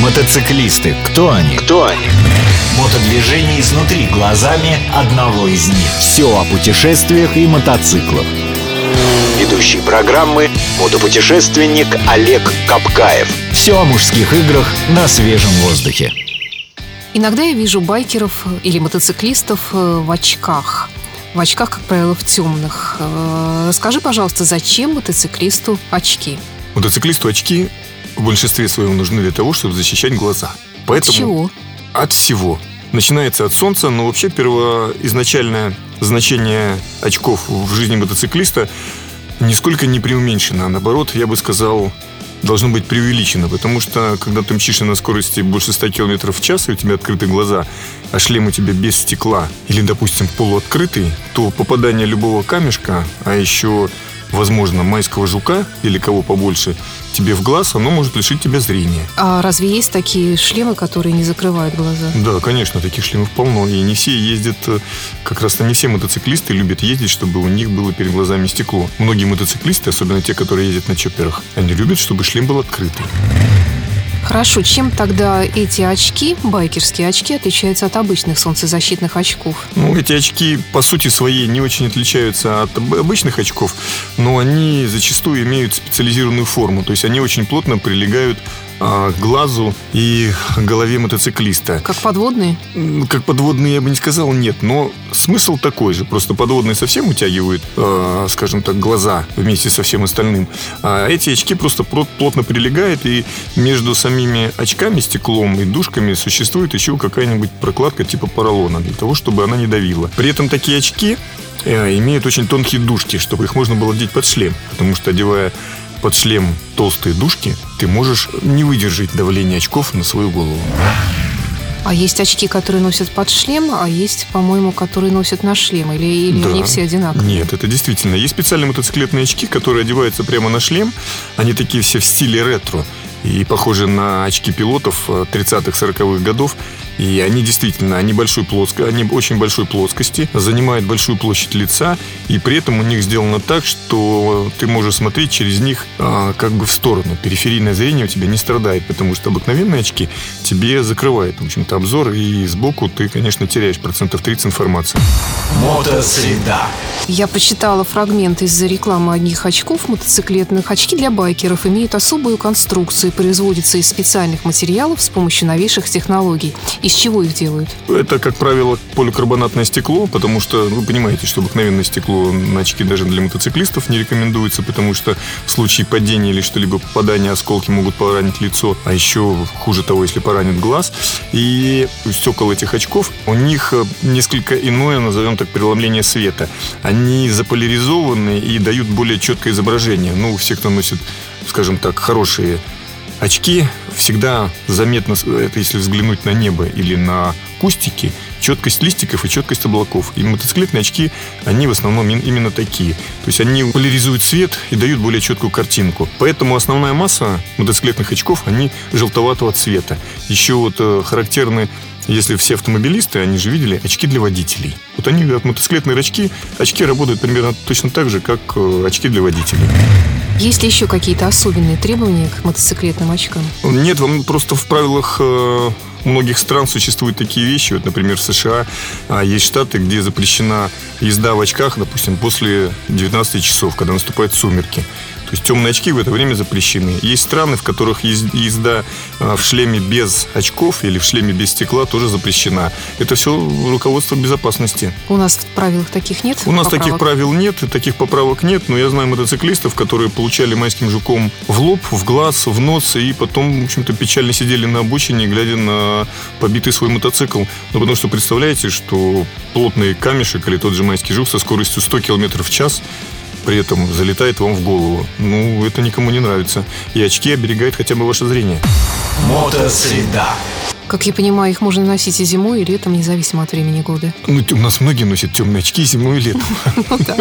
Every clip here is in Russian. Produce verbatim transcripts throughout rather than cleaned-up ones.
Мотоциклисты. Кто они? Кто они? Мотодвижение изнутри глазами одного из них. Все о путешествиях и мотоциклах. Ведущий программы — мотопутешественник Олег Капкаев. Все о мужских играх на свежем воздухе. Иногда я вижу байкеров или мотоциклистов в очках. В очках, как правило, в темных. Расскажи, пожалуйста, зачем мотоциклисту очки? Мотоциклисту очки в большинстве своем нужны для того, чтобы защищать глаза. Поэтому... От чего? От всего. Начинается от солнца, но вообще первоизначальное значение очков в жизни мотоциклиста нисколько не преуменьшено. Наоборот, я бы сказал, должно быть преувеличено. Потому что, когда ты мчишься на скорости больше ста километров в час, и у тебя открыты глаза, а шлем у тебя без стекла, или, допустим, полуоткрытый, то попадание любого камешка, а еще, возможно, майского жука или кого побольше, тебе в глаз, оно может лишить тебя зрения. А разве есть такие шлемы, которые не закрывают глаза? Да, конечно, таких шлемов полно. И не все ездят, как раз-то не все мотоциклисты любят ездить, чтобы у них было перед глазами стекло. Многие мотоциклисты, особенно те, которые ездят на чопперах, они любят, чтобы шлем был открытый. Хорошо, чем тогда эти очки, байкерские очки, отличаются от обычных солнцезащитных очков? Ну, эти очки, по сути своей, не очень отличаются от обычных очков, но они зачастую имеют специализированную форму. То есть они очень плотно прилегают а, к глазу и голове мотоциклиста. Как подводные? Как подводные я бы не сказал, нет. Но смысл такой же. Просто подводные совсем утягивают, а, скажем так, глаза вместе со всем остальным. А эти очки просто плотно прилегают, и между самими очками, стеклом и дужками существует еще какая-нибудь прокладка типа поролона, для того, чтобы она не давила. При этом такие очки э, имеют очень тонкие дужки, чтобы их можно было одеть под шлем. Потому что, одевая под шлем толстые дужки, ты можешь не выдержать давление очков на свою голову. А есть очки, которые носят под шлем, а есть, по-моему, которые носят на шлем. Или, или да. они все одинаковые? Нет, это действительно. Есть специальные мотоциклетные очки, которые одеваются прямо на шлем. Они такие все в стиле ретро и похожи на очки пилотов тридцатых-сороковых годов. И они действительно, они большой плоско, они очень большой плоскости, занимают большую площадь лица, и при этом у них сделано так, что ты можешь смотреть через них а, как бы в сторону. Периферийное зрение у тебя не страдает, потому что обыкновенные очки тебе закрывают, в общем-то, обзор, и сбоку ты, конечно, теряешь процентов тридцать информации. Мотосреда. Я прочитала фрагмент из рекламы одних очков мотоциклетных. Очки для байкеров имеют особую конструкцию, производятся из специальных материалов с помощью новейших технологий. Из чего их делают? Это, как правило, поликарбонатное стекло, потому что, вы понимаете, что обыкновенное стекло на очки даже для мотоциклистов не рекомендуется, потому что в случае падения или что-либо попадания осколки могут поранить лицо, а еще хуже того, если поранит глаз. И стекол этих очков, у них несколько иное, назовем так, преломление света. Они заполяризованы и дают более четкое изображение. Ну, все, кто носит, скажем так, хорошие очки, всегда заметно, это если взглянуть на небо или на кустики, четкость листиков и четкость облаков. И мотоциклетные очки, они в основном именно такие. То есть они поляризуют свет и дают более четкую картинку. Поэтому основная масса мотоциклетных очков, они желтоватого цвета. Еще вот характерны, если все автомобилисты, они же видели очки для водителей. Вот они говорят, мотоциклетные очки, очки работают примерно точно так же, как очки для водителей. Есть ли еще какие-то особенные требования к мотоциклетным очкам? Нет, вам просто в правилах э, многих стран существуют такие вещи. Вот, например, в США э, есть штаты, где запрещена езда в очках, допустим, после девятнадцати часов, когда наступают сумерки. То есть темные очки в это время запрещены. Есть страны, в которых езда в шлеме без очков или в шлеме без стекла тоже запрещена. Это все руководство безопасности. У нас в правилах таких нет? У нас поправок? таких правил нет, и таких поправок нет. Но я знаю мотоциклистов, которые получали майским жуком в лоб, в глаз, в нос, и потом, в общем-то, печально сидели на обочине, глядя на побитый свой мотоцикл. Ну, потому что представляете, что плотный камешек или тот же майский жук со скоростью сто километров в час при этом залетает вам в голову. Ну, это никому не нравится. И очки оберегают хотя бы ваше зрение. Мотосреда. Как я понимаю, их можно носить и зимой, и летом, независимо от времени года. Ну, у нас многие носят темные очки зимой и летом. Ну да.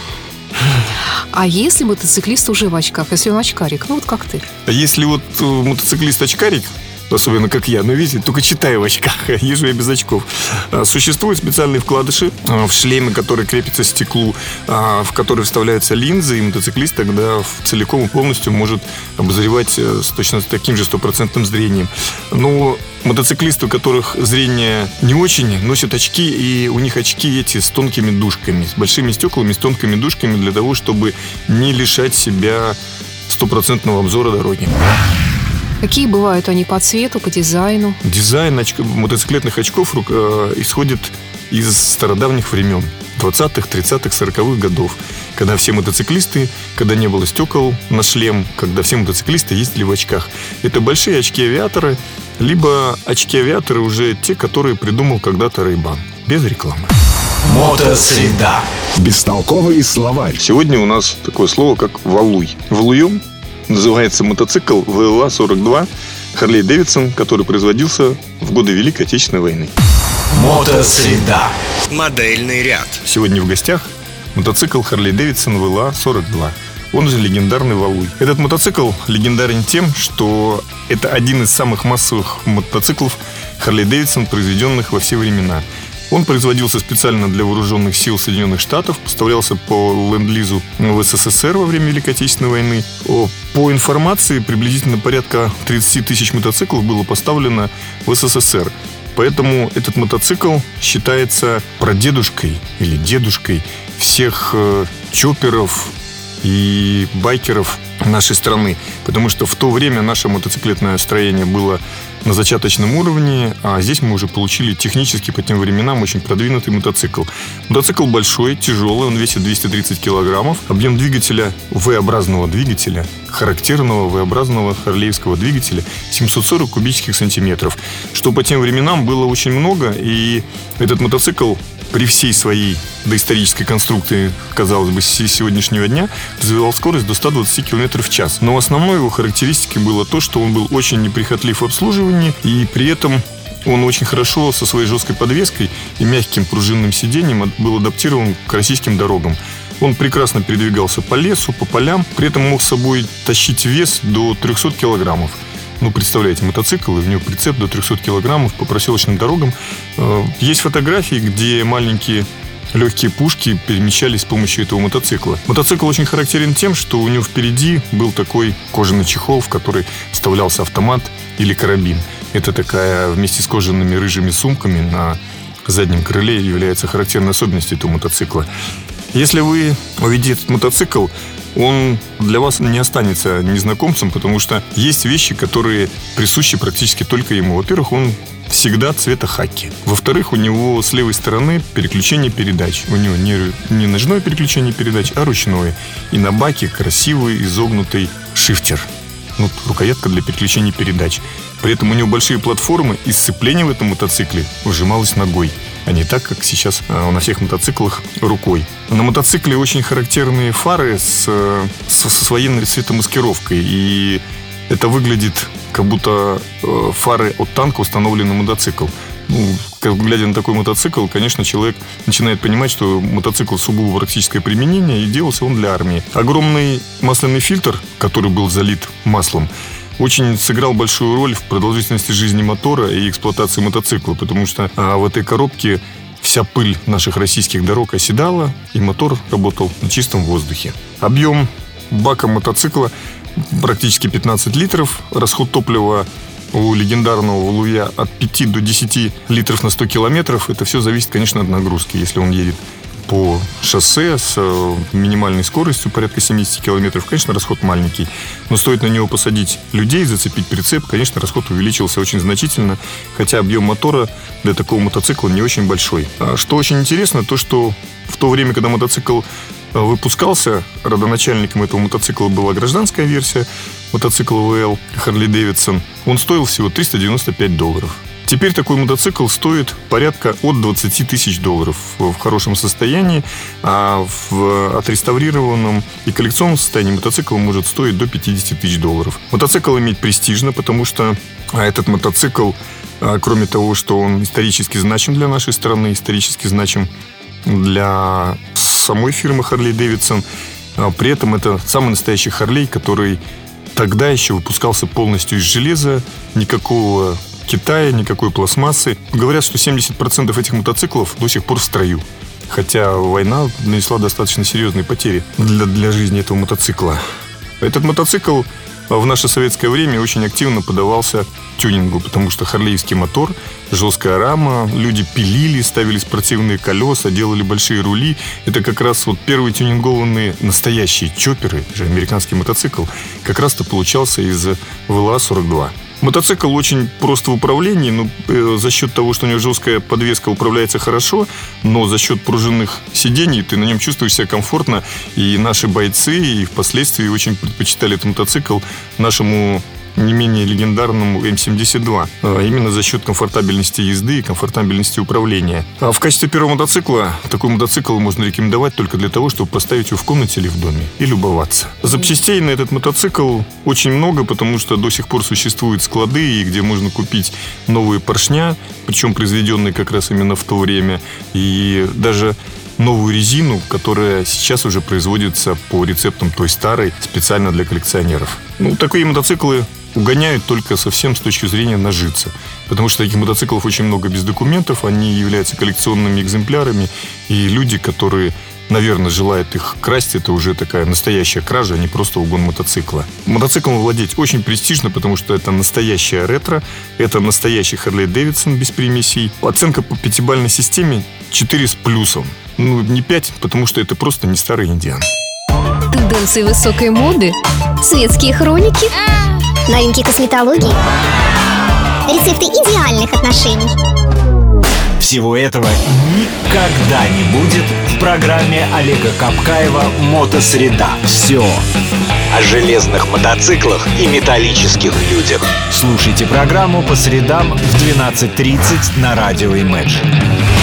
А если мотоциклист уже в очках, если он очкарик, ну вот как ты? А если вот мотоциклист очкарик, особенно как я. Но видите, только читаю в очках, езжу я без очков. Существуют специальные вкладыши в шлеме, которые крепятся к стеклу, в которые вставляются линзы, и мотоциклист тогда целиком и полностью может обозревать с точно таким же стопроцентным зрением. Но мотоциклисты, у которых зрение не очень, носят очки, и у них очки эти с тонкими дужками, с большими стеклами, с тонкими дужками, для того, чтобы не лишать себя стопроцентного обзора дороги. Какие бывают они по цвету, по дизайну? Дизайн оч... мотоциклетных очков э, исходит из стародавних времен, двадцатых, тридцатых, сороковых годов, когда все мотоциклисты, когда не было стекол на шлем, когда все мотоциклисты ездили в очках. Это большие очки-авиаторы, либо очки-авиаторы уже те, которые придумал когда-то Ray-Ban. Без рекламы. Мотосреда. Бестолковый словарь. Сегодня у нас такое слово, как валуй. Валуем называется мотоцикл вэ эл а сорок два Harley Davidson, который производился в годы Великой Отечественной войны. Мотосреда. Модельный ряд. Сегодня в гостях мотоцикл Harley Davidson вэ эл а сорок два. Он же легендарный валуй. Этот мотоцикл легендарен тем, что это один из самых массовых мотоциклов Harley Davidson, произведенных во все времена. Он производился специально для вооруженных сил Соединенных Штатов, поставлялся по ленд-лизу в эс эс эс эр во время Великой Отечественной войны. По информации, приблизительно порядка тридцать тысяч мотоциклов было поставлено в эс эс эс эр. Поэтому этот мотоцикл считается прадедушкой или дедушкой всех э, чопперов и байкеров нашей страны. Потому что в то время наше мотоциклетное строение было на зачаточном уровне, а здесь мы уже получили технически по тем временам очень продвинутый мотоцикл. Мотоцикл большой, тяжелый, он весит двести тридцать килограммов. Объем двигателя, вэ-образного двигателя, характерного вэ-образного харлеевского двигателя, семьсот сорок кубических сантиметров, что по тем временам было очень много. И этот мотоцикл при всей своей доисторической конструкции, казалось бы, сегодняшнего дня, развивал скорость до ста двадцати километров в час. Но основной его характеристикой было то, что он был очень неприхотлив в обслуживании, и при этом он очень хорошо со своей жесткой подвеской и мягким пружинным сиденьем был адаптирован к российским дорогам. Он прекрасно передвигался по лесу, по полям, при этом мог с собой тащить вес до трехсот килограммов. Ну, представляете, мотоцикл, и в него прицеп до трехсот килограммов по проселочным дорогам. Есть фотографии, где маленькие легкие пушки перемещались с помощью этого мотоцикла. Мотоцикл очень характерен тем, что у него впереди был такой кожаный чехол, в который вставлялся автомат или карабин. Это такая вместе с кожаными рыжими сумками на заднем крыле является характерной особенностью этого мотоцикла. Если вы увидите этот мотоцикл, он для вас не останется незнакомцем, потому что есть вещи, которые присущи практически только ему. Во-первых, он всегда цвета хаки. Во-вторых, у него с левой стороны переключение передач. У него не, не ножное переключение передач, а ручное. И на баке красивый изогнутый шифтер. Ну, рукоятка для переключения передач. При этом у него большие платформы, и сцепление в этом мотоцикле выжималось ногой, а не так, как сейчас на всех мотоциклах рукой. На мотоцикле очень характерные фары с, с, с военной светомаскировкой. И это выглядит, как будто фары от танка установлены на мотоцикл. Ну, глядя на такой мотоцикл, конечно, человек начинает понимать, что мотоцикл сугубо практическое применение, и делался он для армии. Огромный масляный фильтр, который был залит маслом, очень сыграл большую роль в продолжительности жизни мотора и эксплуатации мотоцикла, потому что а, в этой коробке вся пыль наших российских дорог оседала, и мотор работал на чистом воздухе. Объем бака мотоцикла практически пятнадцать литров, расход топлива у легендарного валуя от пяти до десяти литров на сто километров. Это все зависит, конечно, от нагрузки. Если он едет по шоссе с минимальной скоростью, порядка семьдесят километров, конечно, расход маленький. Но стоит на него посадить людей, зацепить прицеп, конечно, расход увеличился очень значительно, хотя объем мотора для такого мотоцикла не очень большой. Что очень интересно, то что в то время, когда мотоцикл выпускался, родоначальником этого мотоцикла была гражданская версия мотоцикла вэ эл Harley Davidson. Он стоил всего триста девяносто пять долларов. Теперь такой мотоцикл стоит порядка от двадцати тысяч долларов в хорошем состоянии, а в отреставрированном и коллекционном состоянии мотоцикл может стоить до пятидесяти тысяч долларов. Мотоцикл иметь престижно, потому что этот мотоцикл, кроме того, что он исторически значим для нашей страны, исторически значим для самой фирмы Harley Davidson, при этом это самый настоящий Харлей, который тогда еще выпускался полностью из железа, никакого Китая, никакой пластмассы. Говорят, что семьдесят процентов этих мотоциклов до сих пор в строю. Хотя война нанесла достаточно серьезные потери для, для жизни этого мотоцикла. Этот мотоцикл в наше советское время очень активно подавался тюнингу, потому что харлеевский мотор, жесткая рама, люди пилили, ставили спортивные колеса, делали большие рули. Это как раз вот первые тюнингованные настоящие чопперы, же американский мотоцикл, как раз-то получался из вэ эл а сорок два. Мотоцикл очень прост в управлении, но э, за счет того, что у него жесткая подвеска, управляется хорошо, но за счет пружинных сидений ты на нем чувствуешь себя комфортно. И наши бойцы и впоследствии очень предпочитали этот мотоцикл нашему не менее легендарному эм семьдесят два. Именно за счет комфортабельности езды и комфортабельности управления. А в качестве первого мотоцикла такой мотоцикл можно рекомендовать только для того, чтобы поставить его в комнате или в доме и любоваться. Запчастей на этот мотоцикл очень много, потому что до сих пор существуют склады, где можно купить новые поршня, причем произведенные как раз именно в то время. И даже новую резину, которая сейчас уже производится по рецептам той старой, специально для коллекционеров. Ну, такие мотоциклы угоняют только совсем с точки зрения нажиться. Потому что таких мотоциклов очень много без документов, они являются коллекционными экземплярами, и люди, которые, наверное, желают их красть, это уже такая настоящая кража, а не просто угон мотоцикла. Мотоциклом владеть очень престижно, потому что это настоящая ретро, это настоящий Harley Davidson без примесей. Оценка по пятибалльной системе четыре с плюсом. Ну, не пять, потому что это просто не старый индиан. Тенденции высокой моды, светские хроники, новинки косметологии, рецепты идеальных отношений. Всего этого никогда не будет в программе Олега Капкаева «Мотосреда». Все О железных мотоциклах и металлических людях. слушайте программу по средам в двенадцать тридцать на радио Imagine.